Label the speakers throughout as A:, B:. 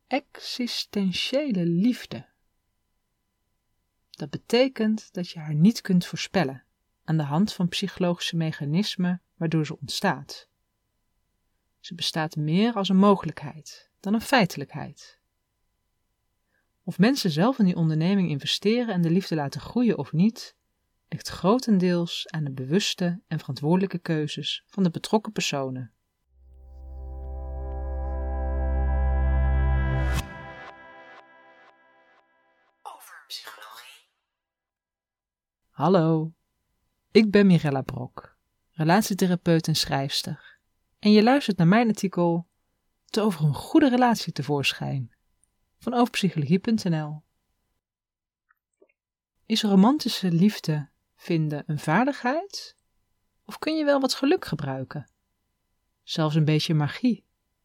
A: existentiële liefde. Dat betekent dat je haar niet kunt voorspellen aan de hand van psychologische mechanismen waardoor ze ontstaat. Ze bestaat meer als een mogelijkheid dan een feitelijkheid. Of mensen zelf in die onderneming investeren en de liefde laten groeien of niet, ligt grotendeels aan de bewuste en verantwoordelijke keuzes van de betrokken personen.
B: Over psychologie.
A: Hallo, ik ben Mirella Brok, relatietherapeut en schrijfster. En je luistert naar mijn artikel te over een goede relatie tevoorschijn van overpsychologie.nl. Is romantische liefde vinden een vaardigheid? Of kun je wel wat geluk gebruiken? Zelfs een beetje magie.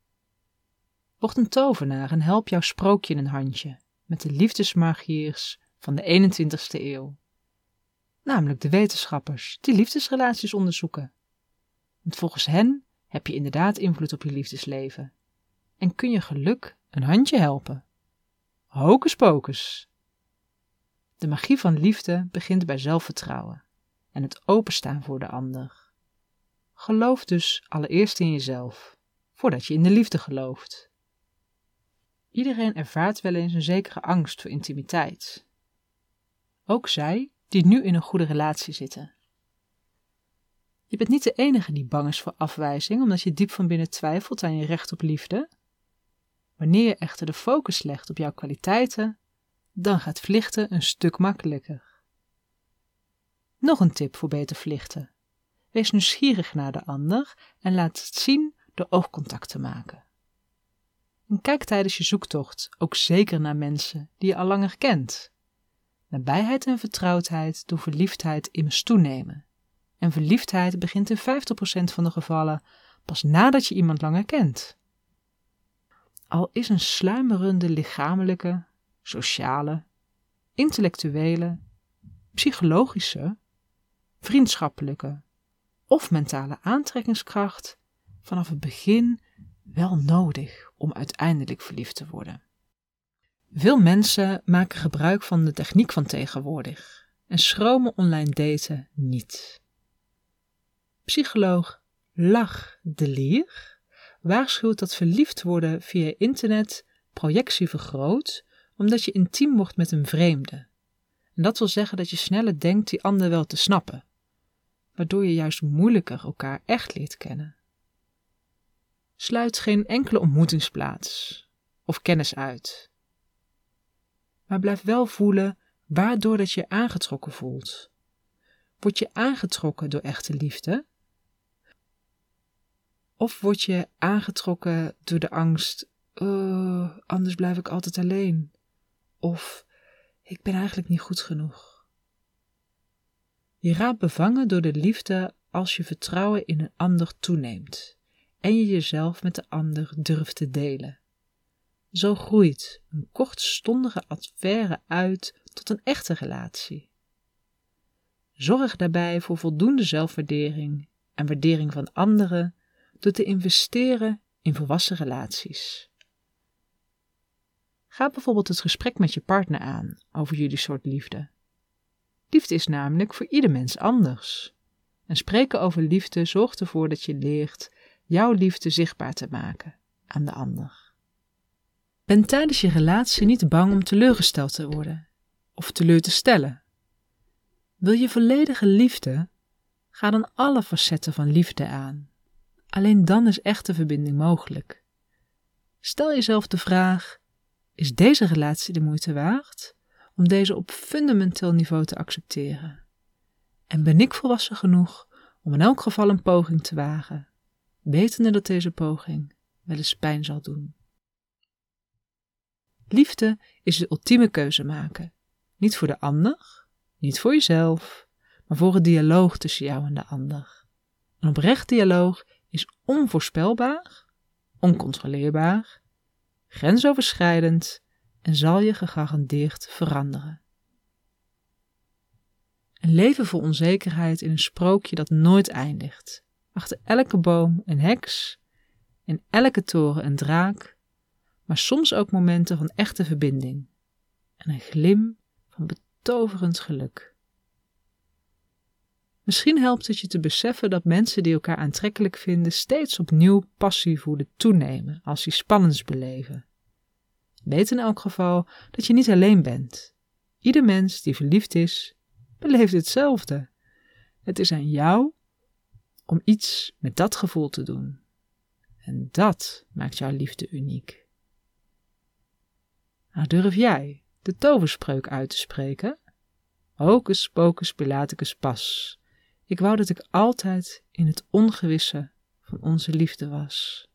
A: Word een tovenaar en help jouw sprookje in een handje met de liefdesmagiërs van de 21ste eeuw. Namelijk de wetenschappers die liefdesrelaties onderzoeken. Want volgens hen heb je inderdaad invloed op je liefdesleven. En kun je geluk een handje helpen. Hocus pocus. De magie van liefde begint bij zelfvertrouwen en het openstaan voor de ander. Geloof dus allereerst in jezelf, voordat je in de liefde gelooft. Iedereen ervaart wel eens een zekere angst voor intimiteit. Ook zij die nu in een goede relatie zitten. Je bent niet de enige die bang is voor afwijzing, omdat je diep van binnen twijfelt aan je recht op liefde. Wanneer je echter de focus legt op jouw kwaliteiten, dan gaat vlichten een stuk makkelijker. Nog een tip voor beter vlichten. Wees nieuwsgierig naar de ander en laat het zien door oogcontact te maken. En kijk tijdens je zoektocht ook zeker naar mensen die je al langer kent. Nabijheid en vertrouwdheid doen verliefdheid immers toenemen. En verliefdheid begint in 50% van de gevallen pas nadat je iemand langer kent. Al is een sluimerende lichamelijke, sociale, intellectuele, psychologische, vriendschappelijke of mentale aantrekkingskracht vanaf het begin wel nodig om uiteindelijk verliefd te worden. Veel mensen maken gebruik van de techniek van tegenwoordig en schromen online daten niet. Psycholoog Lach de Lier waarschuwt dat verliefd worden via internet projectie vergroot, omdat je intiem wordt met een vreemde. En dat wil zeggen dat je sneller denkt die ander wel te snappen, waardoor je juist moeilijker elkaar echt leert kennen. Sluit geen enkele ontmoetingsplaats of kennis uit, maar blijf wel voelen waardoor dat je aangetrokken voelt. Word je aangetrokken door echte liefde? Of word je aangetrokken door de angst, anders blijf ik altijd alleen. Of, ik ben eigenlijk niet goed genoeg. Je raakt bevangen door de liefde als je vertrouwen in een ander toeneemt en je jezelf met de ander durft te delen. Zo groeit een kortstondige affaire uit tot een echte relatie. Zorg daarbij voor voldoende zelfwaardering en waardering van anderen door te investeren in volwassen relaties. Ga bijvoorbeeld het gesprek met je partner aan over jullie soort liefde. Liefde is namelijk voor ieder mens anders. En spreken over liefde zorgt ervoor dat je leert jouw liefde zichtbaar te maken aan de ander. Ben tijdens je relatie niet bang om teleurgesteld te worden of teleur te stellen. Wil je volledige liefde? Ga dan alle facetten van liefde aan. Alleen dan is echte verbinding mogelijk. Stel jezelf de vraag: is deze relatie de moeite waard om deze op fundamenteel niveau te accepteren? En ben ik volwassen genoeg om in elk geval een poging te wagen, wetende dat deze poging wel eens pijn zal doen? Liefde is de ultieme keuze maken. Niet voor de ander, niet voor jezelf, maar voor het dialoog tussen jou en de ander. Een oprecht dialoog is onvoorspelbaar, oncontroleerbaar, grensoverschrijdend en zal je gegarandeerd veranderen. Een leven vol onzekerheid in een sprookje dat nooit eindigt. Achter elke boom een heks, in elke toren een draak, maar soms ook momenten van echte verbinding en een glim van betoverend geluk. Misschien helpt het je te beseffen dat mensen die elkaar aantrekkelijk vinden steeds opnieuw passie voelen toenemen als die spannends beleven. Weet in elk geval dat je niet alleen bent. Ieder mens die verliefd is, beleeft hetzelfde. Het is aan jou om iets met dat gevoel te doen. En dat maakt jouw liefde uniek. Nou, durf jij de toverspreuk uit te spreken? Hocus pocus pilaticus pas. Ik wou dat ik altijd in het ongewisse van onze liefde was.